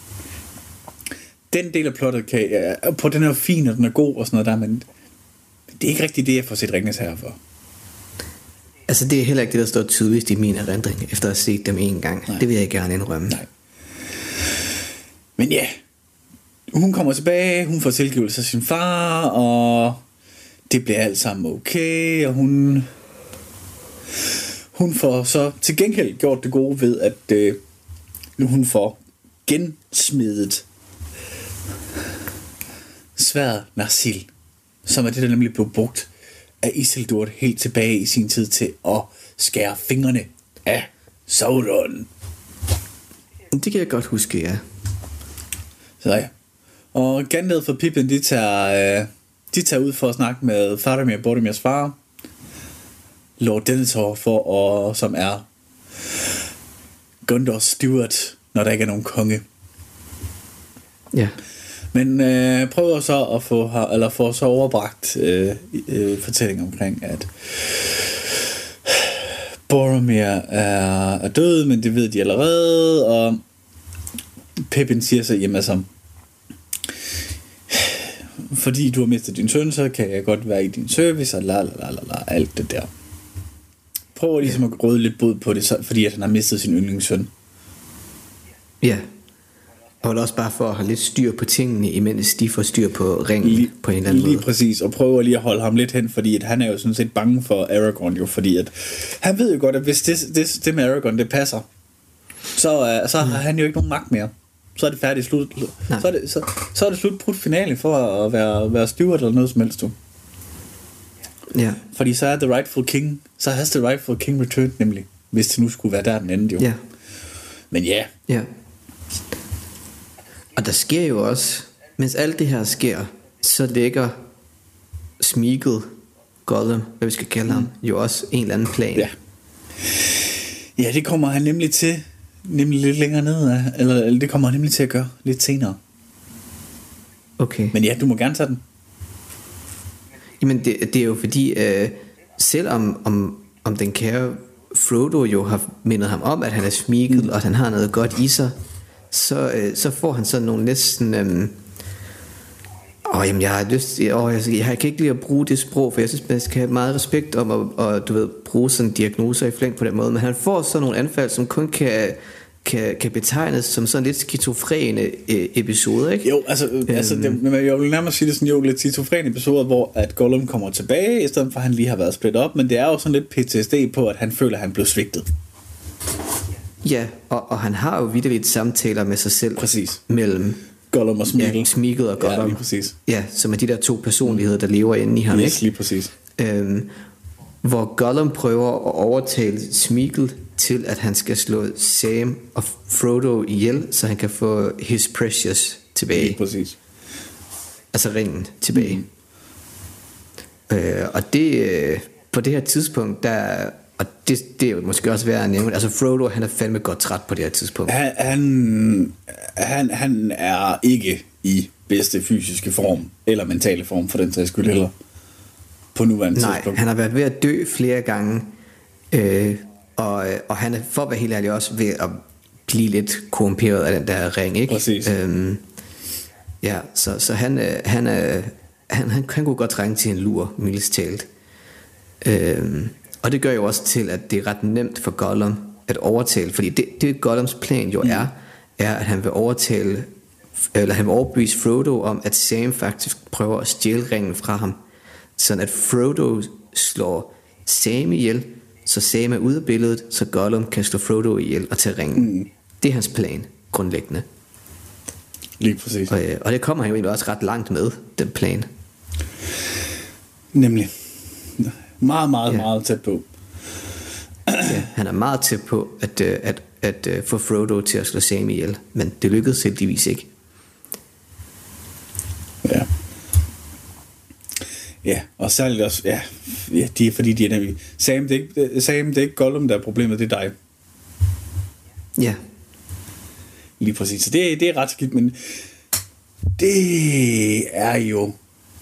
Den del af plottet på den er jo fin, og den er god og sådan noget der, men det er ikke rigtigt det, jeg får set Ringenes Herre for. Altså det er heller ikke det, der står tydeligst i min erindring, efter at have set dem en gang. Nej. Det vil jeg gerne indrømme. Nej. Men ja, hun kommer tilbage, hun får tilgivelse af sin far, og det bliver alt sammen okay, og hun får så til gengæld gjort det gode ved, at hun får gensmidet sværdet Narsil, som er det, der nemlig blev brugt af Isildur helt tilbage i sin tid til at skære fingrene af Sauron. Det kan jeg godt huske, ja. Så ja. Og Gandalf og Pippin, de tager ud for at snakke med Faramir, Boromirs far, Lord Denethor, som er Gondors steward, når der ikke er nogen konge. Ja. Men prøver så at få så overbragt fortælling omkring, at Boromir er død, men det ved de allerede, og Pippin siger så, jamen altså, fordi du har mistet din søn, så kan jeg godt være i din service, og alt det der. Prøver ligesom at råde lidt bod på det, fordi at han har mistet sin yndlingssøn. Ja. Og også bare for at have lidt styr på tingene, imens de får styr på ringen på en eller anden måde. Lige præcis, og prøver lige at holde ham lidt hen, fordi at han er jo sådan set bange for Aragorn jo, fordi at han ved jo godt, at hvis det med Aragorn, det passer, så har han jo ikke nogen magt mere. Så er det færdigt slut. Så er det slut brudt finale for at være steward eller noget som helst, du. Ja. Fordi så er the rightful king, så has the rightful king returned nemlig, hvis det nu skulle være der den anden jo. Ja. Men ja. Ja. Og der sker jo også, mens alt det her sker, så lægger Smeagol, Gollum, hvad vi skal kalde ham, jo også en eller anden plan. Ja. Ja, det kommer han nemlig til, lidt længere ned, eller det kommer han nemlig til at gøre lidt senere. Okay. Men ja, du må gerne tage den. Jamen det er jo fordi, selvom om den kære Frodo jo har mindet ham om, at han er Smeagol, og at han har noget godt i sig, så får han sådan nogle næsten jamen jeg har lyst jeg kan ikke lide at bruge det sprog, for jeg synes man skal have meget respekt om at du ved, bruge sådan diagnoser i flæng på den måde, men han får sådan nogle anfald, som kun kan betegnes som sådan lidt skizofrene episoder, ikke? Jo, jeg vil nærmest sige det sådan, jo, lidt skizofrene episoder, hvor at Gollum kommer tilbage, i stedet for at han lige har været splittet op, men det er jo sådan lidt PTSD på, at han føler, at han blev svigtet. Ja, og han har jo vitterligt samtaler med sig selv. Præcis. Mellem Gollum og Smeagol. Ja, Smeagol og Gollum. Ja, lige præcis. Ja, som er de der to personligheder, der lever inde i ham, yes, ikke? Lige præcis. hvor Gollum prøver at overtale Smeagol til, at han skal slå Sam og Frodo ihjel, så han kan få his precious tilbage. Lige præcis. Altså ringen tilbage. Og det på det her tidspunkt, der, og det er jo måske også værd at nævne, altså Frodo, han er fandme godt træt på det her tidspunkt. Han er ikke i bedste fysiske form, eller mentale form, for den sags skyld heller, på nuværende tidspunkt. Nej, han har været ved at dø flere gange, og han er, for at være helt ærlig, også ved at blive lidt korrumperet af den der ring, ikke? Præcis. Ja, så han kunne godt trænge til en lur, mildest talt. Og det gør jo også til, at det er ret nemt for Gollum at overtale, fordi det Gollums plan jo er, at han vil overtale, eller han vil overbevise Frodo om, at Sam faktisk prøver at stjæle ringen fra ham, sådan at Frodo slår Sam ihjel, så Sam er ude af billedet, så Gollum kan slå Frodo ihjel og tage ringen. Det er hans plan, grundlæggende. Lige præcis. Og det kommer han jo egentlig også ret langt med, den plan. Nemlig. Meget tæt på. Ja, han er meget tæt på at få Frodo til at slå Sam ihjel, men det lykkedes heldigvis ikke. Ja. Ja, og særligt også, ja, det er fordi, de er nemlig... Sam, det er ikke Gollum, der er problemet, det er dig. Ja. Lige præcis, så det er ret skidt, men det er jo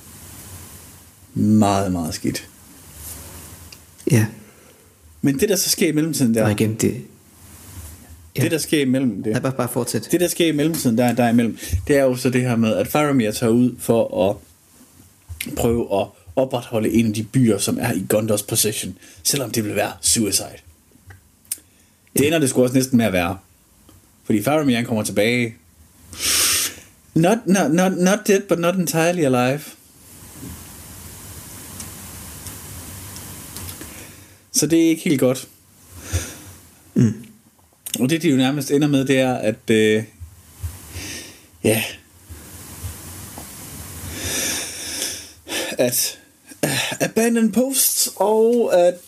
meget skidt. Ja. Men det, der så sker i mellemtiden der... Og igen, det... Ja. Det, der sker imellem det... Bare fortsæt. Det, der sker i mellemtiden der imellem, det er jo så det her med, at Faramir tager ud for at prøve at opretholde en af de byer, som er i Gondors possession, selvom det vil være suicide. Det ender det sgu også næsten med at være. Fordi Faramir kommer tilbage. Not dead, but not entirely alive. Så det er ikke helt godt. Og det de jo nærmest ender med, det er, at at abandon posts, og at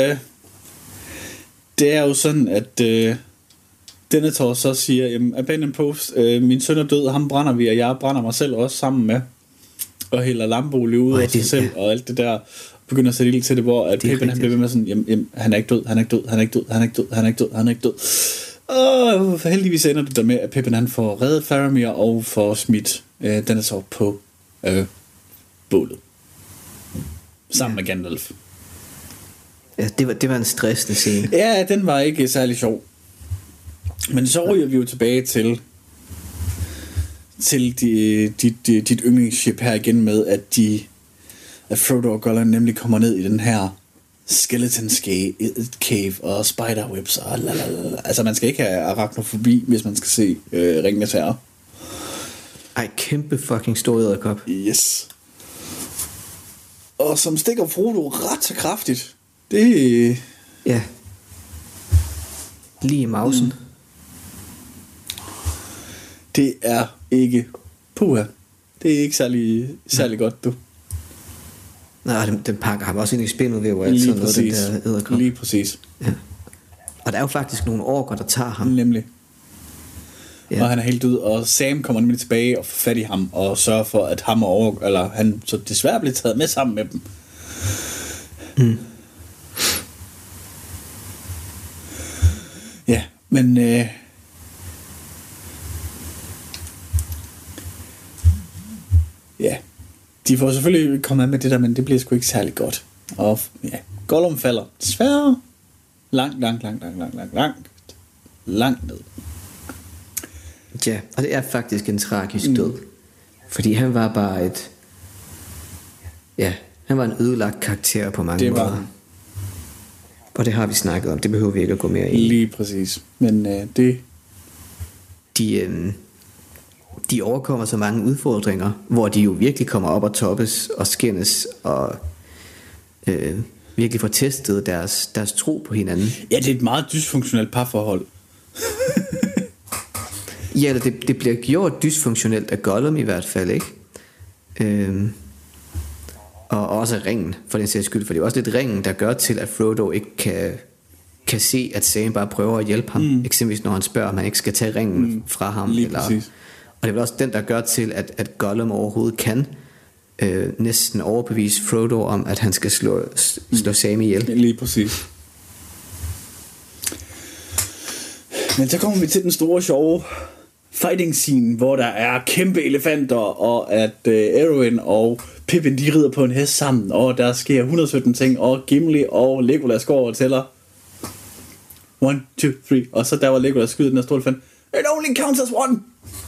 det er jo sådan, at Denethor så siger, jamen, abandon posts, min søn er død, ham brænder vi, og jeg brænder mig selv også sammen med, og hælder lampeolie ud af sig selv, og alt det der, begynder at sætte ild til det, hvor at Pippin, han bliver ved med sådan, jamen, han er ikke død. Og heldigvis ender det der med, at Pippin, han får reddet Faramir, og får smidt Denethor på bålet. Sammen med Gandalf. Ja, det var en stressende scene. Ja, den var ikke særlig sjov. Men så ryger vi jo tilbage til dit yndlingsship her igen med, at Frodo og Gollum nemlig kommer ned i den her skeleton cave og spiderwebs og lalalala. Altså man skal ikke have arachnofobi, hvis man skal se Ringenes Herre. Ej, kæmpe fucking stor edderkop. Yes. Og som stikker Frodo ret så kraftigt. Det... Ja. Lige i mausen. Det er ikke puha. Det er ikke særlig godt, du. Nej, den pakker ham også ind i spindet ved, hvor alt sådan noget, den der edderkop. Lige præcis. Ja. Og der er jo faktisk nogle orker, der tager ham. Nemlig. Ja. Og han er helt ud, og Sam kommer nemlig tilbage og får fat i ham, og sørger for, at han så desværre bliver taget med sammen med dem. Ja, men... Ja, de får selvfølgelig komme med det der, men det bliver sgu ikke særlig godt. Og ja, Gollum falder desværre langt ned. Ja, og det er faktisk en tragisk død. Fordi han var bare han var en ødelagt karakter på mange måder. Han. Og det har vi snakket om, det behøver vi ikke at gå mere ind i. Lige præcis. Men det... De overkommer så mange udfordringer, hvor de jo virkelig kommer op og toppes og skændes og virkelig får testet deres tro på hinanden. Ja, det er et meget dysfunktionelt parforhold. Ja, det bliver gjort dysfunktionelt af Gollum i hvert fald, ikke? Og også ringen, for den sags skyld. For det er også lidt ringen, der gør til, at Frodo ikke kan se, at Sam bare prøver at hjælpe ham. Eksempelvis når han spørger, om han ikke skal tage ringen fra ham. Eller, og det er vel også den, der gør til, at Gollum overhovedet kan næsten overbevise Frodo om, at han skal slå Sam ihjel. Lige præcis. Men så kommer vi til den store sjove fighting scene, hvor der er kæmpe elefanter, og at Arwen og Pippin, de rider på en hest sammen, og der sker 117 ting, og Gimli og Legolas går og tæller 1, 2, 3, og så der var Legolas skyder den her store elefant. It only counts as one.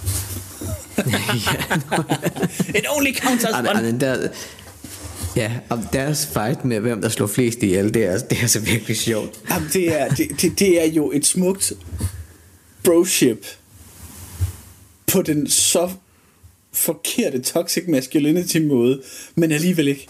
It only counts as one. Ja, og deres fight med hvem der slår flest ihjel, det er så virkelig sjovt. Jamen, det er jo et smukt broship på den så forkerte toxic masculinity måde, men alligevel ikke.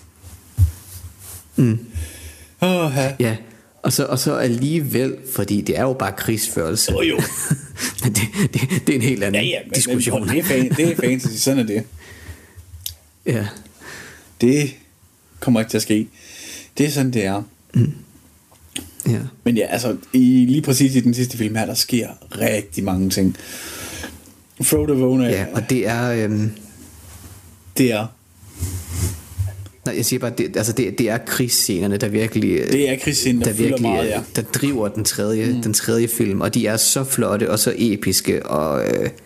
Ja, og så alligevel, fordi det er jo bare krigsførelse. Jo. Men det er en helt anden diskussion. Men det er fantasy, sådan er det. Ja. Det kommer ikke til at ske. Det er sådan, det er. Ja. Men ja, altså, lige præcis i den sidste film her, der sker rigtig mange ting. Frodo vågner. Ja, og det er... Det er... Nej, jeg siger bare, det er krigsscenerne, der virkelig... Det er krigsscenerne, der virkelig meget, ja. Der driver den tredje film, og de er så flotte og så episke, og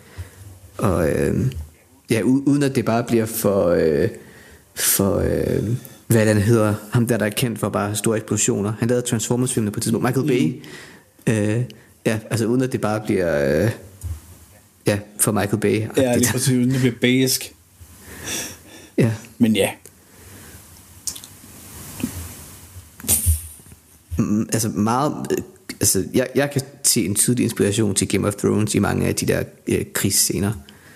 uden at det bare bliver for hvad den hedder, ham der er kendt for bare store eksplosioner. Han lavede Transformers-filmene på et tidspunkt. Michael Bay. Ja, altså uden at det bare bliver for Michael Bay. Ja, lige præcis, uden det bliver baysk. Ja. Men ja. Altså meget, altså jeg kan se en tydelig inspiration til Game of Thrones i mange af de der krigsscener.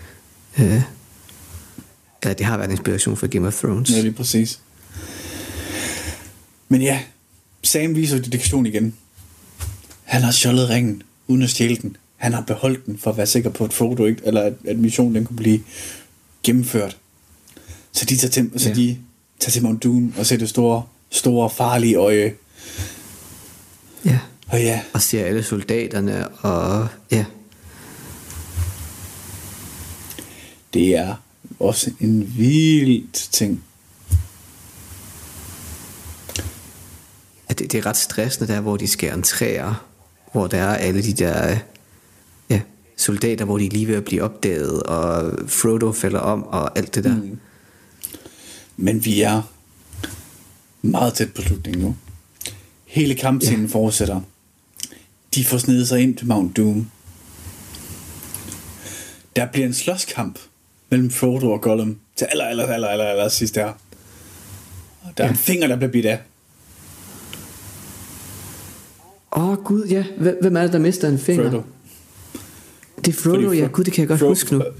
Ja, det har været en inspiration for Game of Thrones. Ja, lige præcis. Men ja, Sam viser dedikation igen. Han har stjålet ringen uden at stjæle den. Han har beholdt den for at være sikker på, at Frodo ikke, eller at missionen den kunne blive gennemført. Så de tager til Mount Doom og ser det store farlige øje. Ja. Og ja. Og ser alle soldaterne og ja. Det er også en vild ting. Det er ret stressende der, hvor de skal entrere, hvor der er alle de der soldater, hvor de er lige ved at blive opdaget, og Frodo falder om, og alt det der. Men vi er meget tæt på slutningen nu. Hele kampscenen fortsætter. De får snedet sig ind til Mount Doom. Der bliver en slåskamp mellem Frodo og Gollum til aller sidst der. Der er en finger, der bliver bidt af. Gud, ja. Hvem er det, der mister en finger? Frodo. Det er Frodo, ja. Gud, det kan jeg godt huske nu.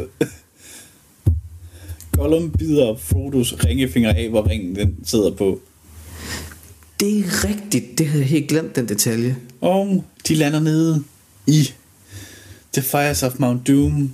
Gollum bider Frodos ringefinger af, hvor ringen den sidder på. Det er rigtigt. Det havde jeg helt glemt, den detalje. Og de lander nede i The Fires of Mount Doom.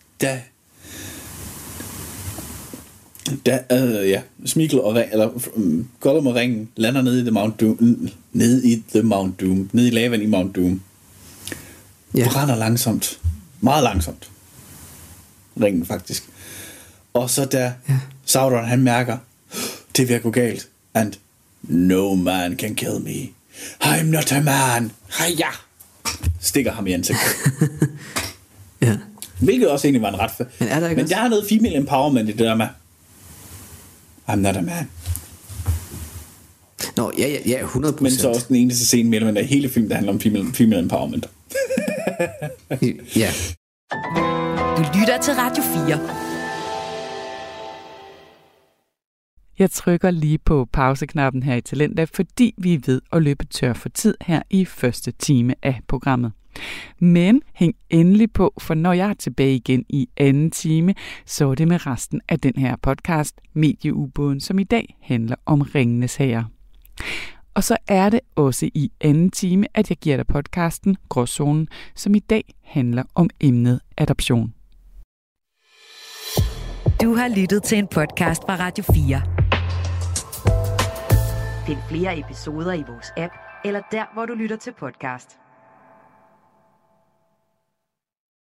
Smeagol og Gollum og ringen lander nede i The Mount Doom, nede i lavaen i Mount Doom. Brænder langsomt, meget langsomt. Ringen faktisk. Og så da Sauron han mærker, det vil gå galt, and no man can kill me. I'm not a man. Hiya! Stikker ham i ansigtet. Ja. Hvilket også egentlig var en ret. Men der er noget female empowerment i det der med I'm not a man. Nå, ja, 100%. Men så også den eneste scene mere eller mindre i hele filmen, der handler om female empowerment. Ja. Du lytter til Radio 4. Jeg trykker lige på pauseknappen her i Talentlab, fordi vi er ved at løbe tør for tid her i første time af programmet. Men hæng endelig på, for når jeg er tilbage igen i anden time, så er det med resten af den her podcast, Medieubåden, som i dag handler om Ringenes Herre. Og så er det også i anden time, at jeg giver dig podcasten Gråzonen, som i dag handler om emnet adoption. Du har lyttet til en podcast fra Radio 4. Find flere episoder i vores app, eller der, hvor du lytter til podcast.